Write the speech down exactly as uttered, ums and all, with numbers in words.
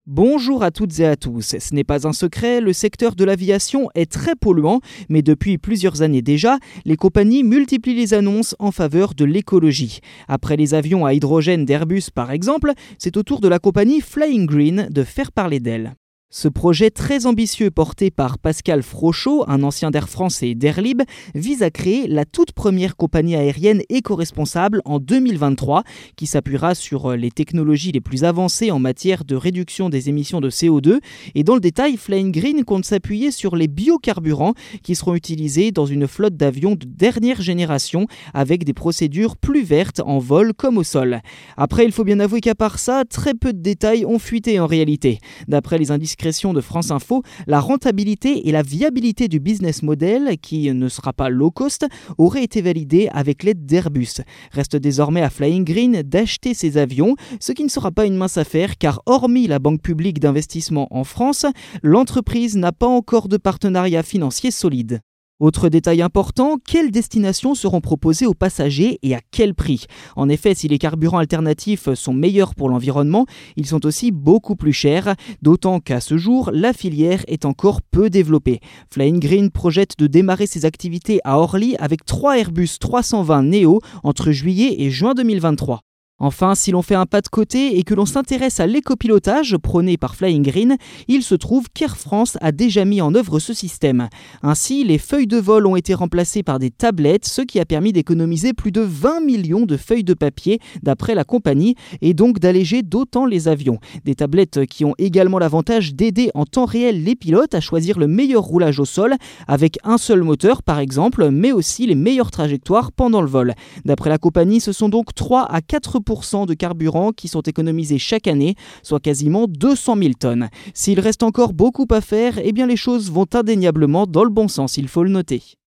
Bonjour à toutes et à tous. Ce n'est pas un secret, le secteur de l'aviation est très polluant, mais depuis plusieurs années déjà, les compagnies multiplient les annonces en faveur de l'écologie. Après les avions à hydrogène d'Airbus par exemple, c'est au tour de la compagnie Flying Green de faire parler d'elle. Ce projet très ambitieux porté par Pascal Frochot, un ancien d'Air France et d'Airlib, vise à créer la toute première compagnie aérienne éco-responsable en deux mille vingt-trois qui s'appuiera sur les technologies les plus avancées en matière de réduction des émissions de C O deux. Et dans le détail, Flying Green compte s'appuyer sur les biocarburants qui seront utilisés dans une flotte d'avions de dernière génération avec des procédures plus vertes en vol comme au sol. Après, il faut bien avouer qu'à part ça, très peu de détails ont fuité en réalité. D'après les indices de France Info, la rentabilité et la viabilité du business model, qui ne sera pas low cost, auraient été validées avec l'aide d'Airbus. Reste désormais à Flying Green d'acheter ces avions, ce qui ne sera pas une mince affaire car hormis la Banque publique d'investissement en France, l'entreprise n'a pas encore de partenariat financier solide. Autre détail important, quelles destinations seront proposées aux passagers et à quel prix ? En effet, si les carburants alternatifs sont meilleurs pour l'environnement, ils sont aussi beaucoup plus chers, d'autant qu'à ce jour, la filière est encore peu développée. Flying Green projette de démarrer ses activités à Orly avec trois Airbus trois cent vingt Neo entre juillet et juin deux mille vingt-trois. Enfin, si l'on fait un pas de côté et que l'on s'intéresse à l'écopilotage prôné par Flying Green, il se trouve qu'Air France a déjà mis en œuvre ce système. Ainsi, les feuilles de vol ont été remplacées par des tablettes, ce qui a permis d'économiser plus de vingt millions de feuilles de papier d'après la compagnie et donc d'alléger d'autant les avions. Des tablettes qui ont également l'avantage d'aider en temps réel les pilotes à choisir le meilleur roulage au sol avec un seul moteur par exemple, mais aussi les meilleures trajectoires pendant le vol. D'après la compagnie, ce sont donc trois à quatre pour cent de carburant qui sont économisés chaque année, soit quasiment deux cent mille tonnes. S'il reste encore beaucoup à faire, eh bien les choses vont indéniablement dans le bon sens, il faut le noter.